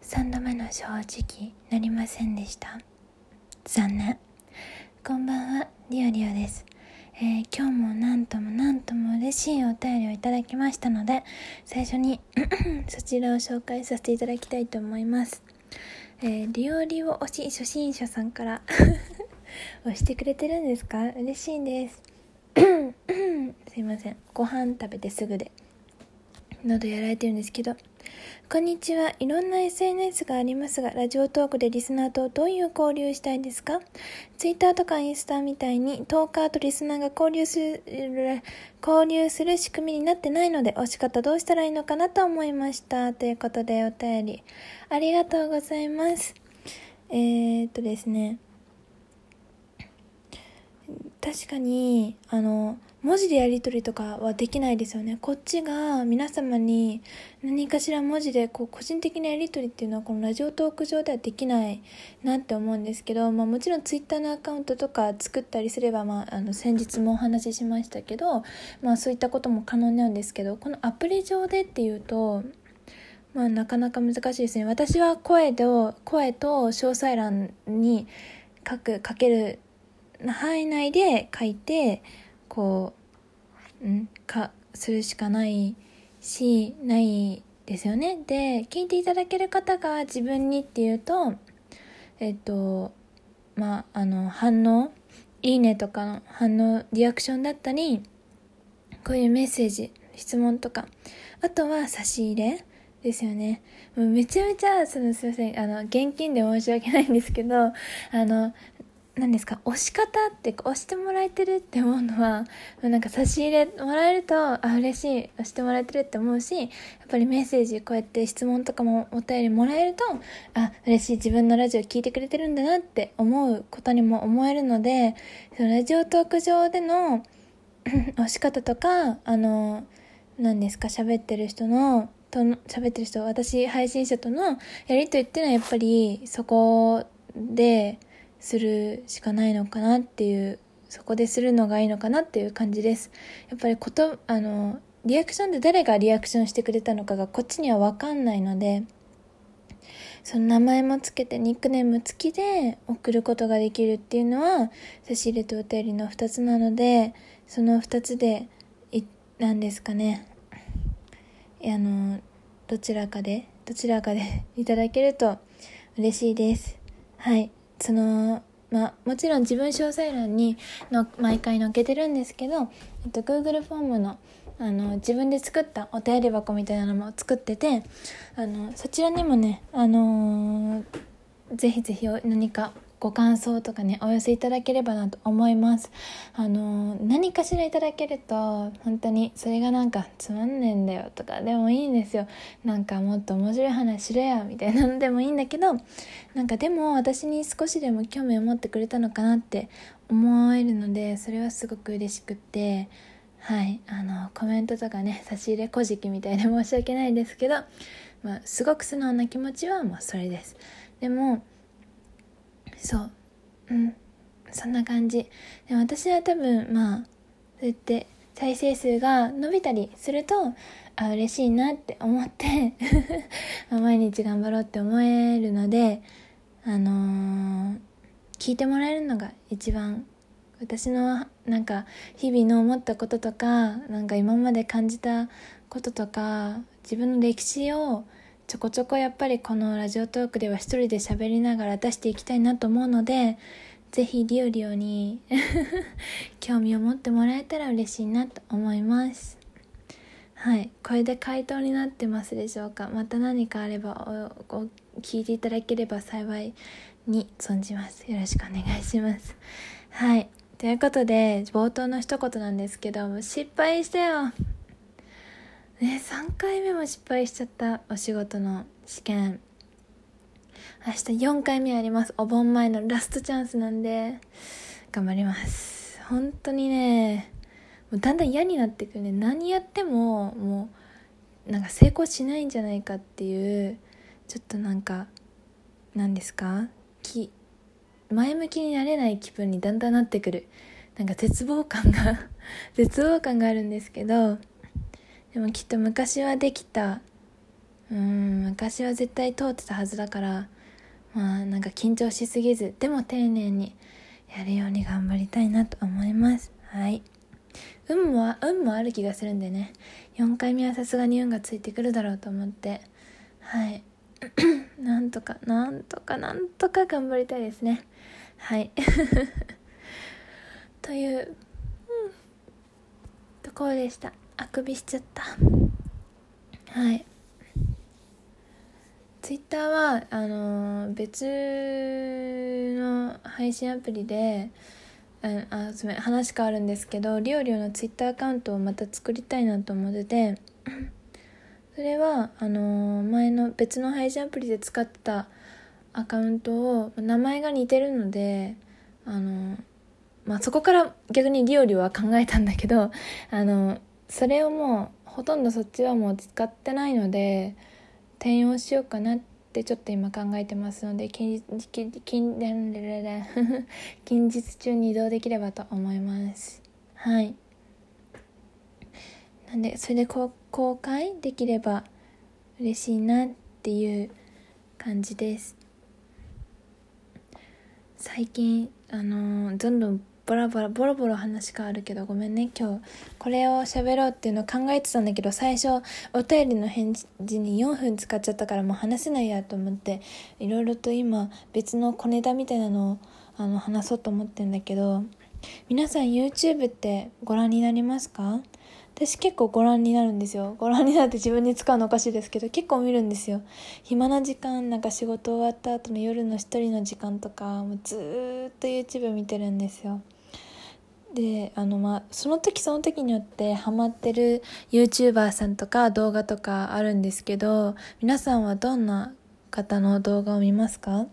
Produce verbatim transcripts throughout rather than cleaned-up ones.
さんどめの正直なりませんでした。残念。こんばんは、リオリオです。えー、今日もなんともなんとも嬉しいお便りをいただきましたので、最初にそちらを紹介させていただきたいと思います。えー、リオリオ推し初心者さんから押してくれてるんですか？嬉しいです。すいません、ご飯食べてすぐで喉やられてるんですけど、こんにちは。いろんな エスエヌエス がありますが、ラジオトークでリスナーとどういう交流したいですか？ツイッターとかインスタみたいにトーカーとリスナーが交流する交流する仕組みになってないので、推し方どうしたらいいのかなと思いました。ということでお便りありがとうございます。えーっとですね確かにあの文字でやり取りとかはできないですよね。こっちが皆様に何かしら文字でこう個人的なやり取りっていうのはこのラジオトーク上ではできないなって思うんですけど、まあ、もちろんツイッターのアカウントとか作ったりすれば、まあ、あの先日もお話ししましたけど、まあ、そういったことも可能なんですけど、このアプリ上でっていうとまあ、なかなか難しいですね。私は声と声と詳細欄に書く書ける範囲内で書いてこう、うん、かするしかないしないですよね。で聞いていただける方が自分にっていうとえっとまああの反応いいねとかの反応リアクションだったり、こういうメッセージ質問とか、あとは差し入れですよね。もうめちゃめちゃそのすいませんあの現金で申し訳ないんですけど、あの何ですか、押し方って押してもらえてるって思うのは、なんか差し入れもらえるとあ嬉しい、押してもらえてるって思うし、やっぱりメッセージこうやって質問とかもお便りもらえるとあ嬉しい、自分のラジオ聞いてくれてるんだなって思うことにも思えるので、そのラジオトーク上での押し方とか、あの何ですか、喋ってる人のと喋ってる人私配信者とのやりとりっていうのはやっぱりそこでするしかないのかなっていう、そこでするのがいいのかなっていう感じです。やっぱりことあのリアクションで誰がリアクションしてくれたのかがこっちには分かんないので、その名前もつけてニックネーム付きで送ることができるっていうのは差し入れとお便りのふたつなので、そのふたつでいなんですかね、あのどちらかでどちらかでいただけると嬉しいです。はい、そのまあもちろん自分詳細欄にの毎回載っけてるんですけど、えっと Google フォームのあの自分で作ったお便り箱みたいなのも作ってて、あのそちらにもね、あのー、ぜひぜひ何かご感想とかねお寄せいただければなと思います。あのー、何かしらいただけると本当にそれがなんかつまんねえんだよとかでもいいんですよ。なんかもっと面白い話しろやみたいなのでもいいんだけど、なんかでも私に少しでも興味を持ってくれたのかなって思えるので、それはすごく嬉しくって、はい、あのコメントとかね差し入れ小じきみたいで申し訳ないですけど、まあ、すごく素直な気持ちはもうそれです。でもそううんそんな感じで、私は多分まあそうやって再生数が伸びたりするとあ嬉しいなって思って毎日頑張ろうって思えるので、あのー、聞いてもらえるのが一番私のなんか日々の思ったこととか、なんか今まで感じたこととか自分の歴史をちょこちょこやっぱりこのラジオトークでは一人で喋りながら出していきたいなと思うので、ぜひリオリオに興味を持ってもらえたら嬉しいなと思います。はい、これで回答になってますでしょうか。また何かあればおお聞いていただければ幸いに存じます。よろしくお願いします。はい、ということで冒頭の一言なんですけど、失敗したよね、さんかいめも失敗しちゃった。お仕事の試験明日よんかいめあります。お盆前のラストチャンスなんで頑張ります。本当にねもうだんだん嫌になってくるね。何やってももうなんか成功しないんじゃないかっていう、ちょっとなんか何ですかき前向きになれない気分にだんだんなってくる。なんか絶望感が絶望感があるんですけど、でもきっと昔はできたうーん昔は絶対通ってたはずだから、まあなんか緊張しすぎず、でも丁寧にやるように頑張りたいなと思います。はい。運も運もある気がするんでね、よんかいめはさすがに運がついてくるだろうと思って、はいなんとかなんとかなんとか頑張りたいですね。はいという、うん、ところでした。あくびしちゃった。はい。ツイッターはあのー、別の配信アプリでああすみません話変わるんですけど、リオリオのツイッターアカウントをまた作りたいなと思っててそれはあのー、前の別の配信アプリで使ってたアカウントを名前が似てるので、あのーまあ、そこから逆にリオリオは考えたんだけど、あのー、それをもうほとんどそっちはもう使ってないので転用しようかなってちょっと今考えてますので、近日近近近日中に移動できればと思います。はい。なんでそれでこう公開できれば嬉しいなっていう感じです。最近あのー、どんどんボラボラボロボロ話変わるけどごめんね。今日これを喋ろうっていうのを考えてたんだけど、最初お便りの返事によんぷん使っちゃったからもう話せないやと思って、いろいろと今別の小ネタみたいなのをあの話そうと思ってんだけど、皆さん YouTube ってご覧になりますか？私結構ご覧になるんですよ。ご覧になって自分に使うのおかしいですけど結構見るんですよ。暇な時間、なんか仕事終わった後の夜の一人の時間とかもうずーっと YouTube 見てるんですよ。であのまあその時その時によってハマってる YouTuber さんとか動画とかあるんですけど、皆さんはどんな方の動画を見ますか？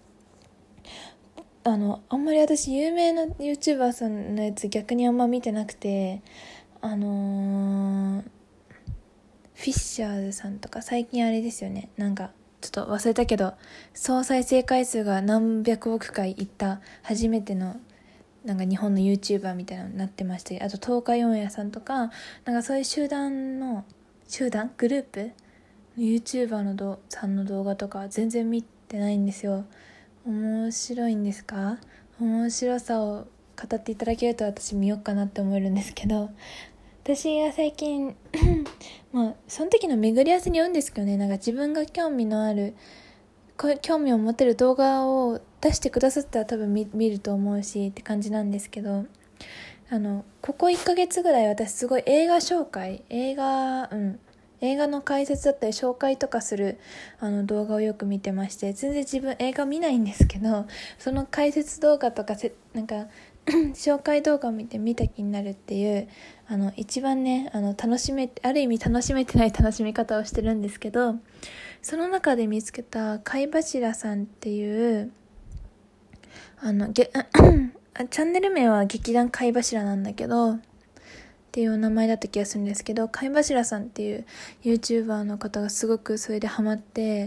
あのあんまり私有名な YouTuber さんのやつ逆にあんま見てなくて、あのー、フィッシャーズさんとか最近あれですよね、なんかちょっと忘れたけど総再生回数が何百億回いった初めてのなんか日本の YouTuber みたいなのになってまして、あと東海オンエアさんとかなんかそういう集団の集団グループ YouTuber のどさんの動画とか全然見てないんですよ。面白いんですか？面白さを語っていただけると私見ようかなって思えるんですけど、私が最近まあその時の巡り合わせによるんですけどね、なんか自分が興味のある興味を持てる動画を出してくださったら多分 見, 見ると思うしって感じなんですけど、あのここいっかげつぐらい私すごい映画紹介映画うん映画の解説だったり紹介とかするあの動画をよく見てまして、全然自分映画見ないんですけど、その解説動画とかせなんか紹介動画を見て見た気になるっていう、あの一番ねあの楽しめある意味楽しめてない楽しみ方をしてるんですけど、その中で見つけた貝柱さんっていうあのげチャンネル名は劇団貝柱なんだけどっていう名前だった気がするんですけど、貝柱さんっていう YouTuber の方がすごくそれでハマって、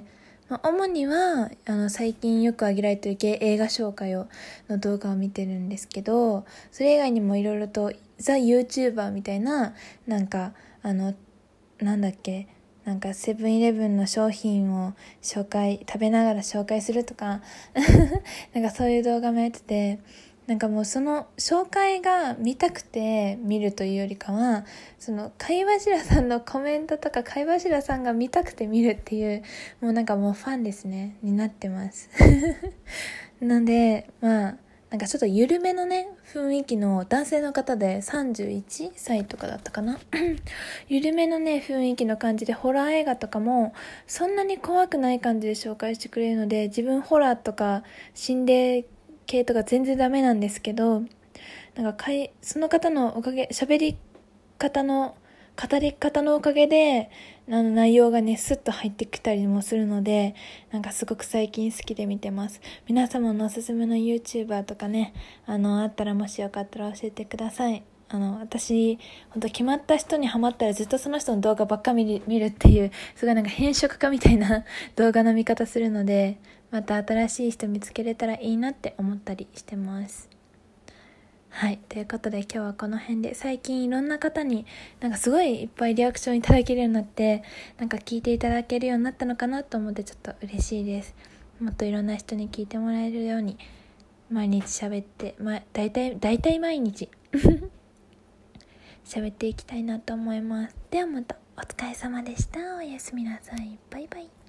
まあ、主にはあの最近よく上げられている映画紹介をの動画を見てるんですけど、それ以外にもいろいろとザ YouTuber みたいななんかあのなんだっけなんかセブンイレブンの商品を紹介食べながら紹介するとかなんかそういう動画もやってて、なんかもうその紹介が見たくて見るというよりかは、その貝柱さんのコメントとか貝柱さんが見たくて見るっていう、もうなんかもうファンですねになってますなんでまあなんかちょっと緩めのね雰囲気の男性の方でさんじゅういっさいとかだったかな緩めのね雰囲気の感じで、ホラー映画とかもそんなに怖くない感じで紹介してくれるので、自分ホラーとか心霊系とか全然ダメなんですけど、なんかかいその方のおかげ喋り方の語り方のおかげであの内容がねスッと入ってきたりもするので、なんかすごく最近好きで見てます。皆様のおすすめの YouTuber とかねあのあったらもしよかったら教えてください。あの私本当決まった人にハマったらずっとその人の動画ばっか見る、見るっていうすごいなんか変色家みたいな動画の見方するので、また新しい人見つけれたらいいなって思ったりしてます。 はい、ということで今日はこの辺で、最近いろんな方になんかすごいいっぱいリアクションいただけるようになって、なんか聞いていただけるようになったのかなと思ってちょっと嬉しいです。もっといろんな人に聞いてもらえるように毎日喋って、ま、大体大体毎日喋っていきたいなと思います。ではまた、お疲れ様でした。おやすみなさい。バイバイ。